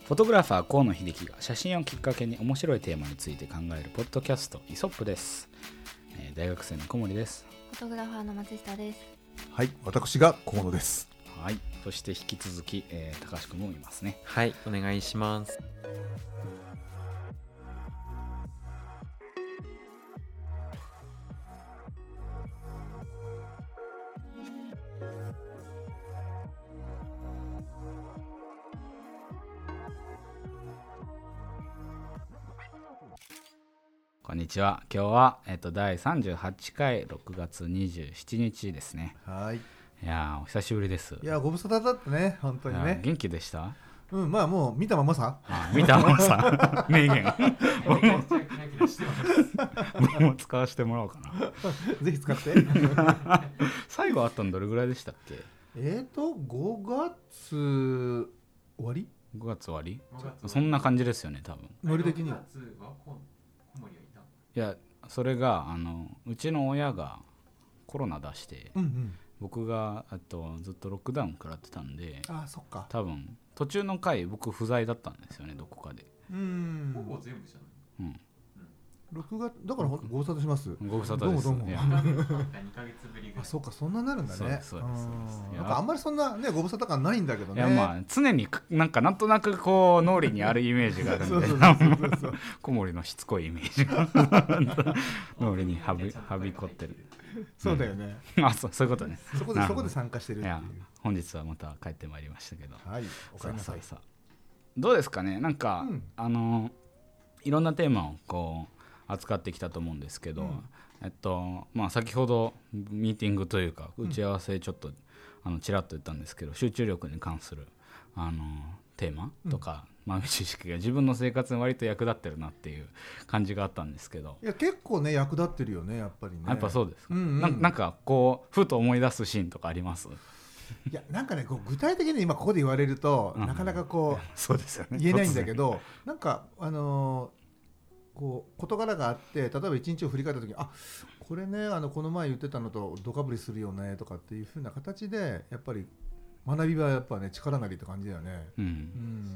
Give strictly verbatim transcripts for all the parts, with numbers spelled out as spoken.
フォトグラファー河野秀樹が写真をきっかけに面白いテーマについて考えるポッドキャストイソップです、えー、大学生の小森です。 フォトグラファーの松下です。 はい、私が河野です。 はい、そして引き続き、えー、高橋君もいますね。 はい、お願いします。 こんにちは。今日は、えっと、だいさんじゅうはちかいろくがつにじゅうしちにちですね。 はい。 いやーお久しぶりです。 いやご無沙汰だったね、本当にね。 元気でした？ うん、まあもう見たままさ。 あ見たままさ。名言。僕も僕も使わせてもらおうかな。 ぜひ使って。 最後あったのどれぐらいでしたっけ？ えーとごがつ終わり？ ごがつ終わり？そんな感じですよね、多分。 ノリ的に。 いやそれがあのうちの親がコロナ出して、うんうん、僕があとずっとロックダウン食らってたんで、 あそっか、 多分途中の回僕不在だったんですよね、どこかで。 うーん、 ほぼ全部じゃない。 うん。 録画だからご無沙汰します。 ご無沙汰です。 どうもどうも。 いやにかげつぶりぐらい。 あ、そうか、そんななるんだね。 そうですそうですそうです。 なんかあんまりそんなねご無沙汰感ないんだけどね。 いやまあ常になんかなんとなくこう脳裏にあるイメージがあるんで、そうそうそうそう小森のしつこいイメージが脳裏にはびはびこってる。 そうだよね。 うん、あ、そう、そういうことね。 そこでそこで参加してるっていう。いや本日はまた帰ってまいりましたけど。 はい。おかえりなさい。 さあさあどうですかね。なんか、うん、あのいろんなテーマをこう扱ってきたと思うんですけど、うん、えっとまあ先ほどミーティングというか打ち合わせちょっと、うん、あのちらっと言ったんですけど、集中力に関するあのテーマとか、うん、豆知識が自分の生活に割と役立ってるなっていう感じがあったんですけど。 いや結構ね役立ってるよね、やっぱりね。 やっぱそうですか。 うんうん、 な, なんかこうふと思い出すシーンとかあります？ いやなんかねこう具体的に今ここで言われると、うん、なかなかこう、 そうですよね、 言えないんだけど、なんかあのーこう事柄があって、例えば一日を振り返った時に、あこれねあのこの前言ってたのとドカぶりするよねとかっていう風な形でやっぱり学びはやっぱね力なりって感じだよね。うん、うん、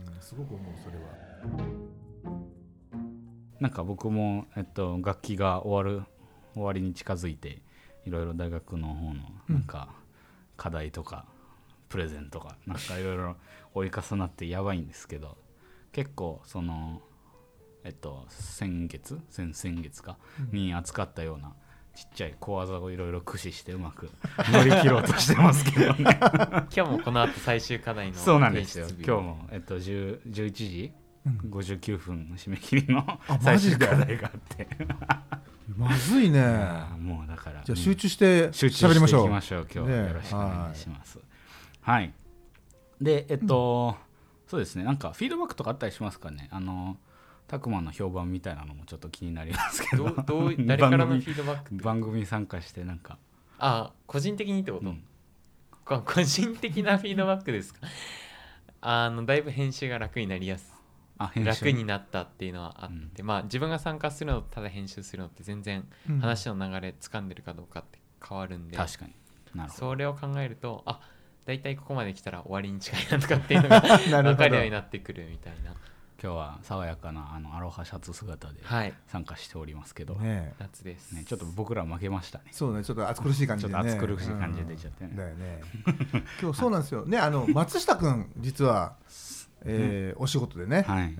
すごく思うそれは。 なんか僕も、えっと、学期が終わる終わりに近づいていろいろ大学の方のなんか課題とかプレゼントとかなんかいろいろ追い重なってやばいんですけど、結構そのえっと、先月先々月か、うん、に扱ったようなちっちゃい小技をいろいろ駆使してうまく乗り切ろうとしてますけどね。 今日もこの後最終課題のそうなんですよ。今日も、えっと、じゅういちじごじゅうきゅうふんの締め切りの最終課題があってまずいね。 もうだからじゃあ集中して喋りましょう。集中していきましょう。今日はよろしくお願いします。ね、はい、はい。でえっと、うん、そうですね。なんかフィードバックとかあったりしますかね。あのタクマンの評判みたいなのもちょっと気になりますけど、 どうどう誰からのフィードバック？ 番組に参加してなんか、 あ個人的にってこと、うん、個人的なフィードバックですか？あのだいぶ編集が楽になりやすあ楽になったっていうのはあって、うん、まあ自分が参加するのとただ編集するのって全然話の流れ掴んでるかどうかって変わるんで、 うん、確かになるほど。 それを考えると、あだいたいここまで来たら終わりに近いなとかっていうのが分かるようになってくるみたいな。 今日は爽やかなあのアロハシャツ姿で参加しておりますけど、 はいね、夏です、 ね、ちょっと僕ら負けましたね。 そうね、ちょっと暑苦しい感じでね、 ちょっと暑苦しい感じで出ちゃってね、うん、だよね今日そうなんですよね。あの松下くん実は、えーうん、お仕事でね、 はいうん、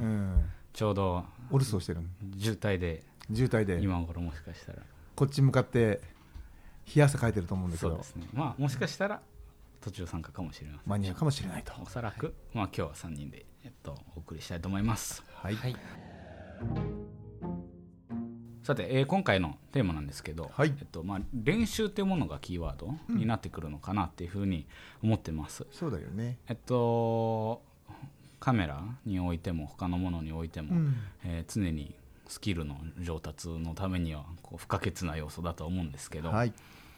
ちょうどお留守をしてる渋滞で渋滞で今頃もしかしたらこっち向かって冷や汗かいてると思うんだけど、 そうですね、まあもしかしたら途中参加かもしれません。 間に合うかもしれないと。 おそらく、はいまあ、今日はさんにんで、えっと、お送りしたいと思います。 はい、はい、 さて、えー、今回のテーマなんですけど、 はいえっとまあ、練習というものがキーワードになってくるのかなっていうふうに思ってます。 うん、そうだよね。 えっとカメラにおいても他のものにおいても、うんえー、常にスキルの上達のためにはこう不可欠な要素だと思うんですけど、はい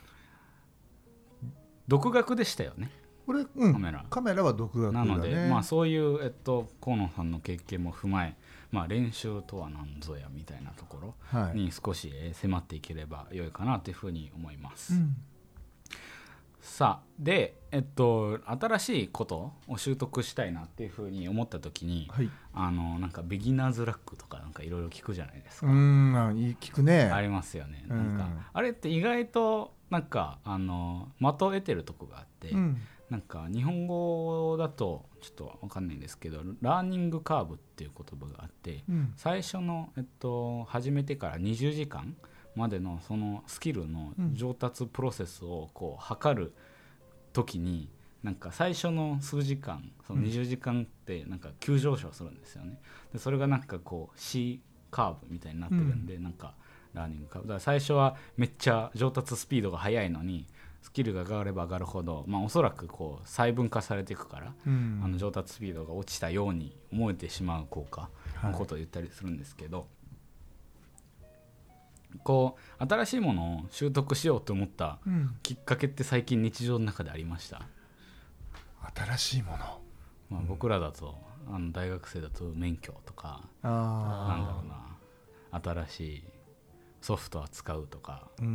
独学でしたよね。 これ、うん、 カメラカメラは独学だね。 なので、まあ、そういう、えっと、河野さんの経験も踏まえ、まあ、練習とは何ぞやみたいなところに少し迫っていければ良いかなというふうに思います。うん、 さあで、えっと、新しいことを習得したいなっていうふうに思った時に、 はい、 あのなんかビギナーズラックとかなんかいろいろ聞くじゃないですか。 うーん、聞くね。 ありますよね。 うなんんかあれって意外となんかあの的を得てるとこがあって、 うん、 なんか日本語だとちょっと分かんないんですけどラーニングカーブっていう言葉があって、 うん、 最初の、えっと、始めてからにじゅうじかんまでのそのスキルの上達プロセスをこう測る時になんか最初の数時間そのにじゅうじかんってなんか急上昇するんですよね。でそれがなんかこう C カーブみたいになってるんで、うん、なんかラーニングカーブだから最初はめっちゃ上達スピードが速いのにスキルが上がれば上がるほど、まあ、おそらくこう細分化されていくから、うん、あの上達スピードが落ちたように思えてしまう効果のことを言ったりするんですけど、はい、こう新しいものを習得しようと思ったきっかけって最近日常の中でありました？ 新しいもの、 まあ、僕らだと、うん、あの大学生だと免許とかなんだろうな新しいソフトは使うとか、うん、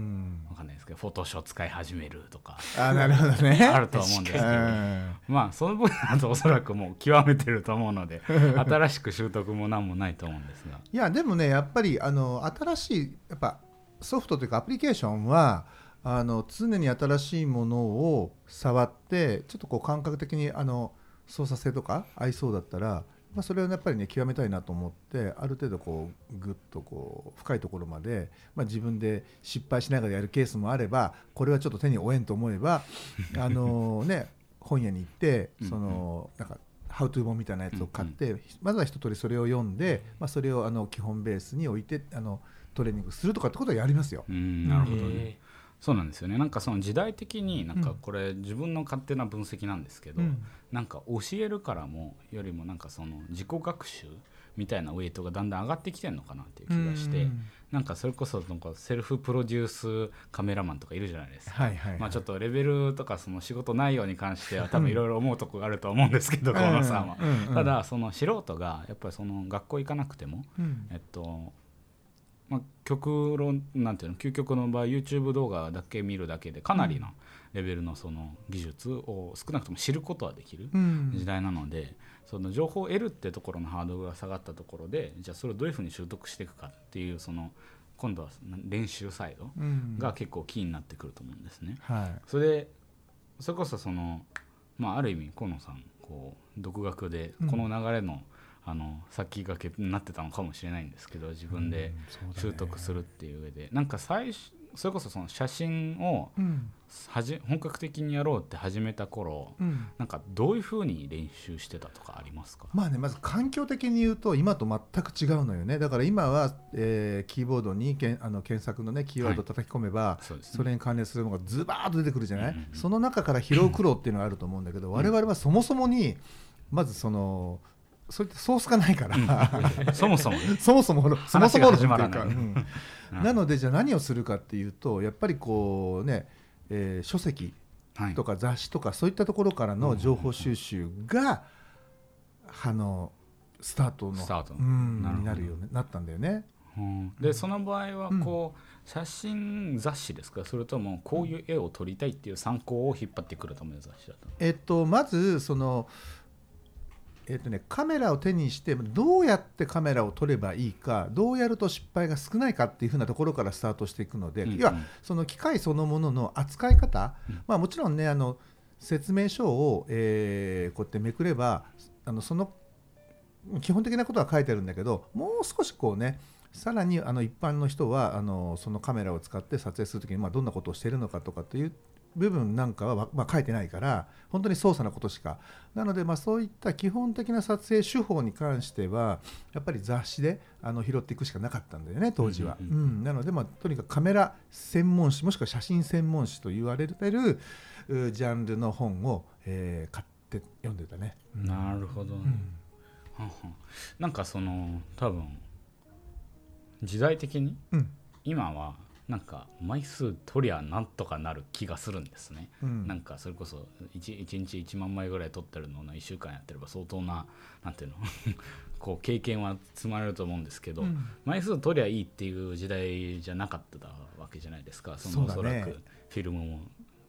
わかんないですけどフォトショー使い始めるとかあ、なるほどね、 あると思うんですけどまあその分だとおそらくもう極めてると思うので新しく習得も何もないと思うんですがいやでもねやっぱりあの新しいやっぱソフトというかアプリケーションはあの常に新しいものを触ってちょっとこう感覚的にあの操作性とか合いそうだったら、まあ、それをやっぱりね極めたいなと思ってある程度こうグッとこう深いところまで、まあ、自分で失敗しながらやるケースもあればこれはちょっと手に負えんと思えばあのね本屋に行ってそのなんかハウトゥー本みたいなやつを買ってまずは一通りそれを読んで、まあ、それをあの基本ベースに置いてあのトレーニングするとかってことはやりますよ。 うん、なるほどね。そうなんですよね。なんかその時代的になんかこれ自分の勝手な分析なんですけど、うん、なんか教えるからもよりもなんかその自己学習みたいなウェイトがだんだん上がってきてるのかなっていう気がして、うん、なんかそれこそなんかセルフプロデュースカメラマンとかいるじゃないですか、はいはいはい、まあ、ちょっとレベルとかその仕事内容に関しては多分いろいろ思うとこがあると思うんですけど、河野さんは、うんうん、ただその素人がやっぱりその学校行かなくても、うん、えっとまあ、極論なんていうの究極の場合 YouTube 動画だけ見るだけでかなりのレベルのその技術を少なくとも知ることはできる時代なので、うん、その情報を得るってところのハードルが下がったところでじゃあそれをどういうふうに習得していくかっていうその今度は練習サイドが結構キーになってくると思うんですね、うん、はい、それでそれこそその、まあ、ある意味河野さんこう独学でこの流れの、うんあの先駆けになってたのかもしれないんですけど自分で習得するっていう上で、うん、なんか最初それこそその写真をはじ、うん、本格的にやろうって始めた頃、うん、なんかどういうふうに練習してたとかありますか？ まあね、まず環境的に言うと今と全く違うのよね。だから今は、えー、キーボードにけんあの検索のねキーワードを叩き込めば、はい そ, ね、それに関連するのがズバーッと出てくるじゃない、うんうんうん、その中から拾う苦労っていうのがあると思うんだけど、うん、我々はそもそもにまずそのそういったソースがないから、 うん、そもそもそもそもそもそも始まらない、うん、なのでじゃあ何をするかっていうとやっぱりこうね、えー、書籍とか雑誌とかそういったところからの情報収集が、うん、あのスタートのスタート、 うん、なになるようになったんだよね、 うん、でその場合はこう、うん、写真雑誌ですかそれともこういう絵を撮りたいっていう参考を引っ張ってくるための雑誌だったの？ えっとまずそのえーとね、カメラを手にしてどうやってカメラを撮ればいいかどうやると失敗が少ないかっていう風なところからスタートしていくので、うんうん、要はその機械そのものの扱い方、うんまあ、もちろんねあの説明書を、えー、こうやってめくればあのその基本的なことは書いてあるんだけどもう少しこうねさらにあの一般の人はあのそのカメラを使って撮影するときにまあどんなことをしているのかとかっていう部分なんかは、まあ、書いてないから本当に操作のことしかなので、まあ、そういった基本的な撮影手法に関してはやっぱり雑誌であの拾っていくしかなかったんだよね当時は、うんうんうん、なので、まあ、とにかくカメラ専門誌もしくは写真専門誌と言われるジャンルの本を、えー、買って読んでたね、 うん、なるほど、ねうん、なんかその多分時代的に、うん、今はなんか枚数取りゃなんとかなる気がするんですね、うん、なんかそれこそ 1, いちにちいちまんまいぐらい取ってるのをいっしゅうかんやってれば相当ななんていうのこう経験は積まれると思うんですけど、うん、枚数取りゃいいっていう時代じゃなかったわけじゃないですか。そのおそらくフィルムも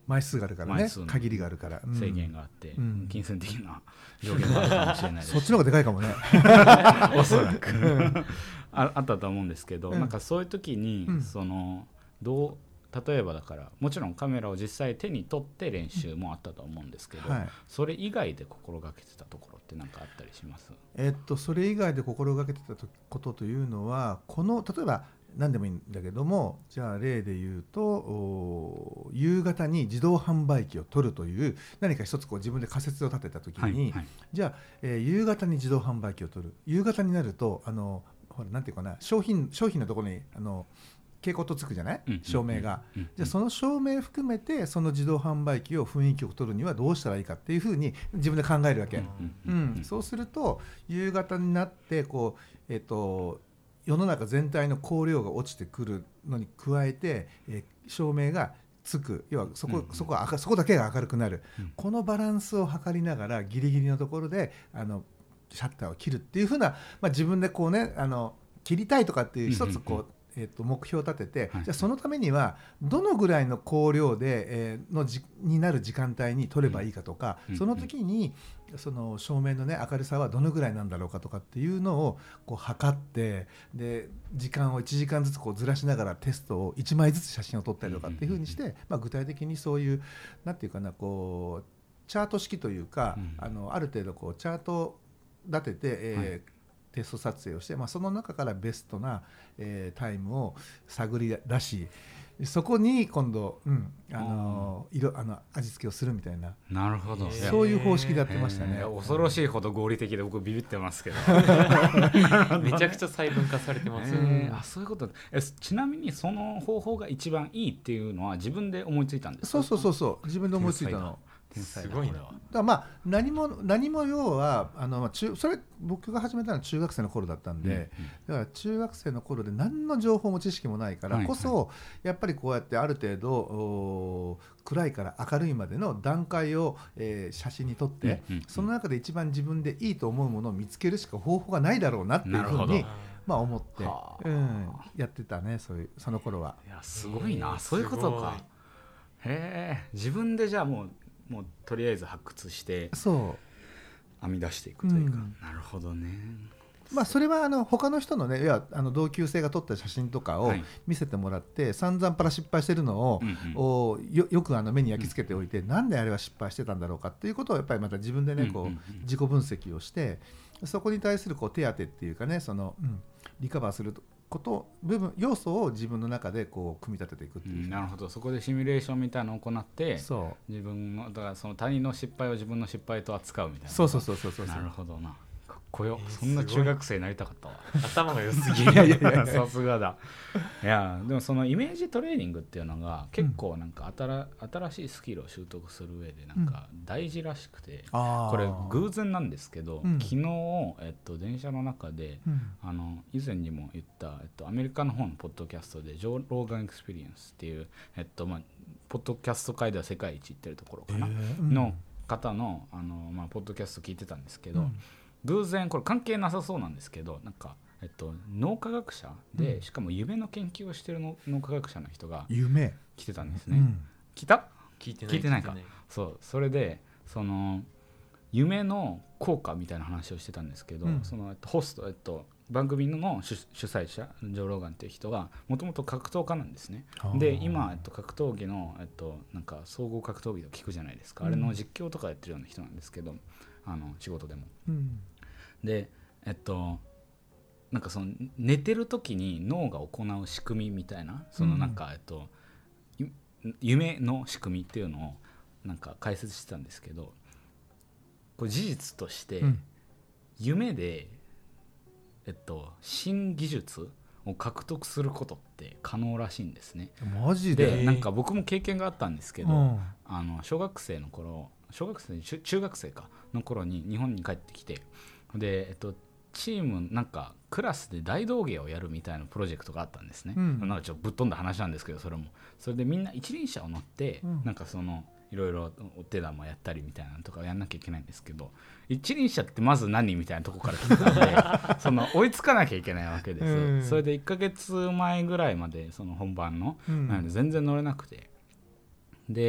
枚数があるからね、限りがあるから、 制限があって、うん、金銭的な条件もあるかもしれないですそっちの方がでかいかもねおそらくあ, あったと思うんですけど、うん、なんかそういう時に、うん、そのどう例えばだからもちろんカメラを実際手に取って練習もあったと思うんですけど、はい、それ以外で心がけてたところって何かあったりします？ えっとそれ以外で心がけてたことというのは、この例えば何でもいいんだけども、じゃあ例で言うと夕方に自動販売機を取るという何か一つこう自分で仮説を立てた時に、はいはい、じゃあ、えー、夕方に自動販売機を取る、夕方になるとあのほらなんていうかな、商品商品のところにあの蛍光灯つくじゃない、うん、照明が、うん、じゃあその照明含めてその自動販売機を雰囲気を取るにはどうしたらいいかっていうふうに自分で考えるわけ、うんうんうん、そうすると夕方になってこう、えーと世の中全体の光量が落ちてくるのに加えて、えー、照明がつく、要はそこ、うんうん、そこはそこだけが明るくなる、うん、このバランスを測りながらギリギリのところであのシャッターを切るっていう風な、まあ、自分でこうねあの切りたいとかっていう一つこう、うんうんうんえー、と目標を立てて、はい、じゃあそのためにはどのぐらいの光量で、えー、のじになる時間帯に撮ればいいかとか、うん、その時にその照明の、ね、明るさはどのぐらいなんだろうかとかっていうのをこう測って、で時間をいちじかんずつこうずらしながらテストをいちまいずつ写真を撮ったりとかっていう風にして、まあ、具体的にそういうなんていうかなこうチャート式というか、うん、あのある程度こうチャートを立てて、えーはいテスト撮影をして、まあ、その中からベストな、えー、タイムを探り出し、そこに今度、うんあのー、色あの味付けをするみたいな。 なるほど、 そういう方式でやってましたね。 恐ろしいほど合理的で僕ビビってますけどめちゃくちゃ細分化されてます、 ねえー、あそういうことえちなみにその方法が一番いいっていうのは自分で思いついたんですか？ そうそうそうそう自分で思いついたの。 すごいな。だからまあ何も何も要はあの中それ僕が始めたのは中学生の頃だったんで、うんうん、だから中学生の頃で何の情報も知識もないからこそ、はいはい、やっぱりこうやってある程度暗いから明るいまでの段階を、えー、写真に撮って、うんうんうん、その中で一番自分でいいと思うものを見つけるしか方法がないだろうなっていうふうにまあ思って、うん、やってたね、そういうその頃は。 いやすごいな、そういうことか。へえ、自分でじゃあもうもうとりあえず発掘してそう編み出していくというか、うん、なるほどね。 まあ、それはあの他の人のね、いやあの同級生が撮った写真とかを見せてもらって、はい、散々パラ失敗してるのを、うんうん、よ, よくあの目に焼き付けておいて、うん、なんであれは失敗してたんだろうかっていうことをやっぱりまた自分でねこう自己分析をして、そこに対するこう手当てっていうかね、その、うん、リカバーすること部分要素を自分の中でこう組み立てていくっていう、 うん、なるほど。そこでシミュレーションみたいなのを行って、そう自分のだからその他人の失敗を自分の失敗と扱うみたいな。 そうそうそうそうそう。 なるほどな、かっこよ、えー、そんな中学生になりたかったわ。 頭が良すぎる。 いやいやいやさすがだ。いやでもそのイメージトレーニングっていうのが結構なんか 新,、うん、新しいスキルを習得する上でなんか大事らしくて、うん、これ偶然なんですけど、うん、昨日、えっと、電車の中で、うん、あの以前にも言った、えっと、アメリカの方のポッドキャストでジョー・ローガン・エクスペリエンスっていう、えっとまあ、ポッドキャスト界では世界一行ってるところかな、えーうん、の方の、あの、まあ、ポッドキャスト聞いてたんですけど、うん、偶然これ関係なさそうなんですけど、なんかえっと、脳科学者で、うん、しかも夢の研究をしているの脳科学者の人が来てたんですね、うん、来た？ 聞いてない、 聞いてないか。そうそれでその夢の効果みたいな話をしてたんですけど、うん、そのえっと、ホスト、えっと、番組の 主, 主催者ジョー・ローガンっていう人がもともと格闘家なんですね。で今、えっと、格闘技の、えっと、なんか総合格闘技を聞くじゃないですか、うん、あれの実況とかやってるような人なんですけど、あの仕事でも、うん、でえっとなんかその寝てる時に脳が行う仕組みみたいな、そのなんか、えっと、夢の仕組みっていうのをなんか解説してたんですけど、これ事実として夢で、えっと、新技術を獲得することって可能らしいんですね。 マジで？ でなんか僕も経験があったんですけど、うん、あの小学生の頃小学生中学生かの頃に日本に帰ってきて、で、えっとチームなんかクラスで大道芸をやるみたいなプロジェクトがあったんですね、うん、なんかちょっとぶっ飛んだ話なんですけど、それもそれでみんな一輪車を乗って、うん、なんかそのいろいろお手玉やったりみたいなのとかやんなきゃいけないんですけど、一輪車ってまず何みたいなとこから来てたんでその追いつかなきゃいけないわけです、うん、それでいっかげつまえぐらいまでその本番の、うん、なので全然乗れなくて、で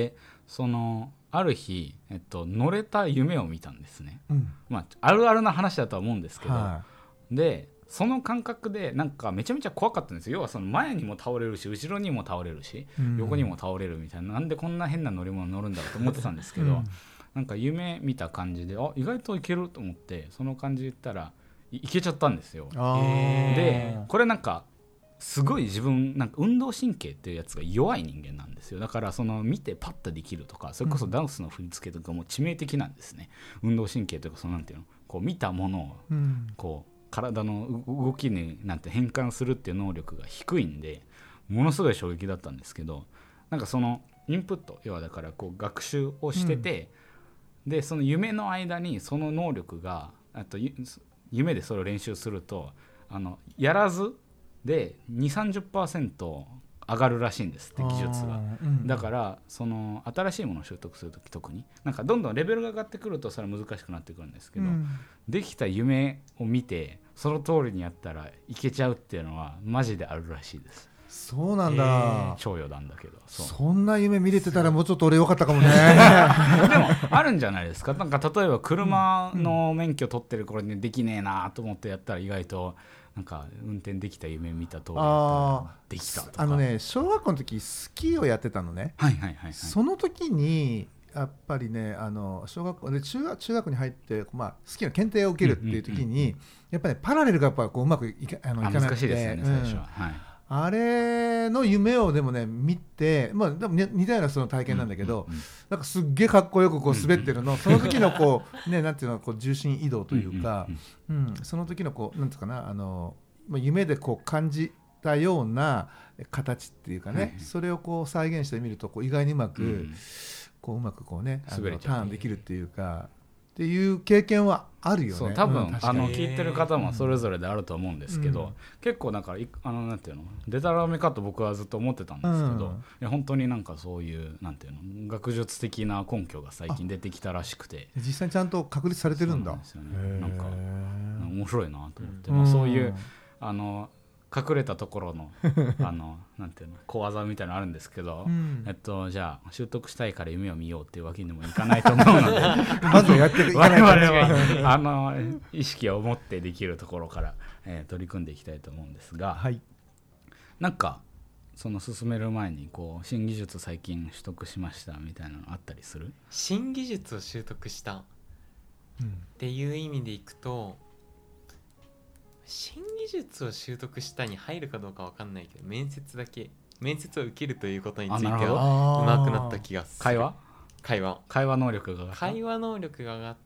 そのある日、えっと、乗れた夢を見たんですね、 うんまあ、あるあるな話だとは思うんですけど、 はでその感覚でなんかめちゃめちゃ怖かったんですよ。要はその前にも倒れるし後ろにも倒れるし、 うん横にも倒れるみたいな、なんでこんな変な乗り物乗るんだろうと思ってたんですけど、 うんなんか夢見た感じであ意外といけると思って、その感じで言ったら い, いけちゃったんですよ。 あへーでこれなんかすごい自分なんか運動神経っていうやつが弱い人間なんですよ。だからその見てパッとできるとか、それこそダンスの振り付けとかも致命的なんですね、うん、運動神経というかそのなんていうのこう見たものをうんこう体の動きになんて変換するっていう能力が低いんで、ものすごい衝撃だったんですけど、なんかそのインプット、要はだからこう学習をしてて、うん、でその夢の間にその能力があと夢でそれを練習するとあのやらずで にじゅう、さんじゅっパーセント 上がるらしいんですって技術が、 うん、 だからその新しいものを習得するとき特になんかどんどんレベルが上がってくるとそれは難しくなってくるんですけど、うん、できた夢を見てその通りにやったらいけちゃうっていうのはマジであるらしいです。 そうなんだ、えー、 超余談だけど そ, そんな夢見れてたらもうちょっと俺よかったかもねでもあるんじゃないですか。なんか例えば車の免許取ってる頃にできねえなと思ってやったら意外となんか運転できた夢見た通りだったらできたとか。 あのね小学校の時スキーをやってたのね、 はいはいはいはい、 その時にやっぱりねあの小学校で 中, 学中学に入って、まあ、スキーの検定を受けるっていう時に、うんうんうん、やっぱり、ね、パラレルがやっぱこううまくいか、あのいかなくて難しいですよね、うん、最初は、はい、あれの夢をでもね見て、まあ、でも似たようなその体験なんだけど、うんうんうん、なんかすっげえかっこよくこう滑ってるの、うんうん、その時のこうねなんていうのこう重心移動というか、うんうんうん、その時のこうなんていうかなあの夢でこう感じたような形っていうかね、はいはい、それをこう再現してみるとこう意外にうまく、うん、こううまくこうねあのターンできるっていうかっていう経験はあるよね。 そう多分、うん、あの聞いてる方もそれぞれであると思うんですけど、うん、結構なんかあのなんていうのデタラメかと僕はずっと思ってたんですけど、うん、いや本当になんかそういうなんていうの学術的な根拠が最近出てきたらしくて、 実際にちゃんと確立されてるんだ。 そうなんですよね。なんか面白いなと思って、まあ、そういうあの隠れたところのあのなんていうの小技みたいなのあるんですけど、うん、えっとじゃあ習得したいから夢を見ようっていうわけにもいかないと思うのでまずやっていかないと我々はあの意識を持ってできるところから、えー、取り組んでいきたいと思うんですが、はい、なんかその進める前にこう新技術最近取得しましたみたいなのあったりする？ 新技術を習得したっていう意味でいくと、新技術を習得したに入るかどうか分かんないけど、面接だけ面接を受けるということについてはうまくなった気がする。 会話会話会話能力が上がった。 会話能力が上がった。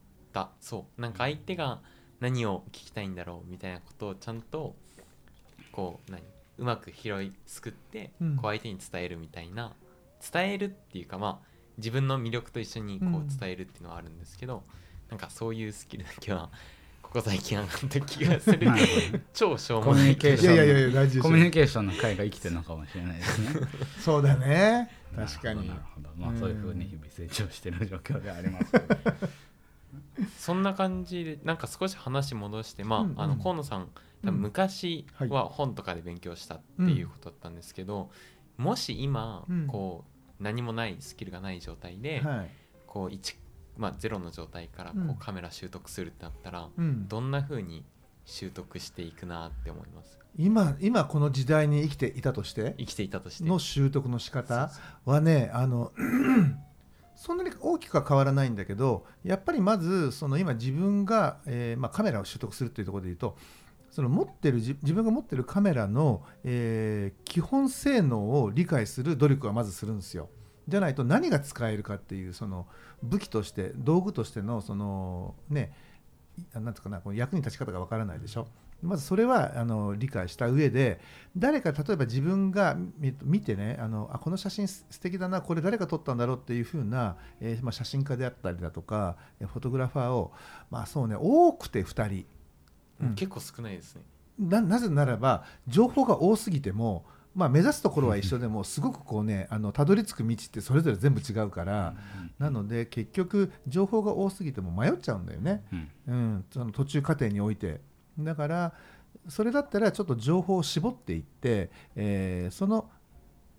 そうなんか相手が何を聞きたいんだろうみたいなことをちゃんとこう何うまく拾いすくってこう相手に伝えるみたいな、伝えるっていうかまあ自分の魅力と一緒にこう伝えるっていうのはあるんですけど、なんかそういうスキルだけはここ最近上がった気がする超しょうもないコミュニケーションいやいやいや大事ですよ。コミュニケーションの会が生きてるのかもしれないですねそうだね確かに。 なるほど、まあ、そういうふうに日々成長している状況でありますけどそんな感じでなんか少し話戻して、まあうんうん、あの河野さん多分昔は本とかで勉強したっていうことだったんですけど、うん、もし今こう何もないスキルがない状態で、はい、こう一まあ、ゼロの状態からこうカメラ習得するってなったら、うん、どんな風に習得していくなって思います？ 今、今この時代に生きていたとして生きていたとしての習得の仕方はね、あのそんなに大きくは変わらないんだけど、やっぱりまずその今自分が、えーまあ、カメラを習得するというところで言うと、その持ってる自分が持ってるカメラの、えー、基本性能を理解する努力はまずするんですよ。じゃないと何が使えるかっていうその武器として道具としてのそのねなんていうかなこの役に立ち方がわからないでしょ。まずそれはあの理解した上で、誰か例えば自分が見てねあのあこの写真素敵だなこれ誰が撮ったんだろうっていう風な、えーまあ、写真家であったりだとかフォトグラファーをまあそうね多くてふたり、 うん、結構少ないですね。 な, なぜならば情報が多すぎてもまあ、目指すところは一緒でもすごくこうねあのたどり着く道ってそれぞれ全部違うから、なので結局情報が多すぎても迷っちゃうんだよね、うんうん、その途中過程において。だからそれだったらちょっと情報を絞っていって、えー、その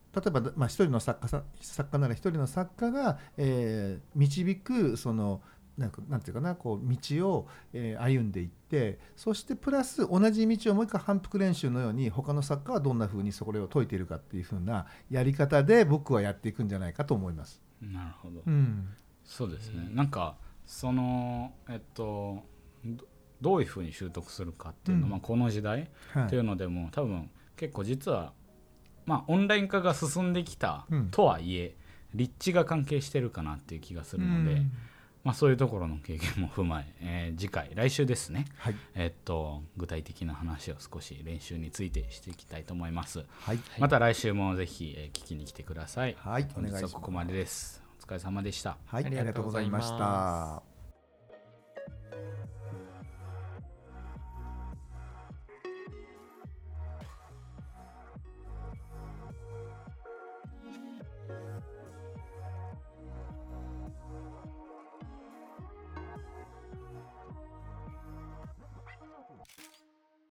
例えば、まあ、一人の作家さ作家なら一人の作家が、えー、導くそのなんかなんていうかなこう道を、えー、歩んでいって、そしてプラス同じ道をもう一回反復練習のように他の作家はどんなふうにそれを解いているかっていうふうなやり方で僕はやっていくんじゃないかと思います。 なるほど、 うん、 そうですね。なんかそのえっとどういうふうに習得するかっていうのは、うんまあ、この時代っていうのでも、はい、多分結構実は、まあ、オンライン化が進んできたとはいえ、うん、立地が関係してるかなっていう気がするので、うんまあ、そういうところの経験も踏まええー、次回来週ですね、はいえっと具体的な話を少し練習についてしていきたいと思います、はい、また来週もぜひ、えー、聞きに来てください。 はい、 本日はここまでです。お疲れ様でした。 はい、ありがとうございました。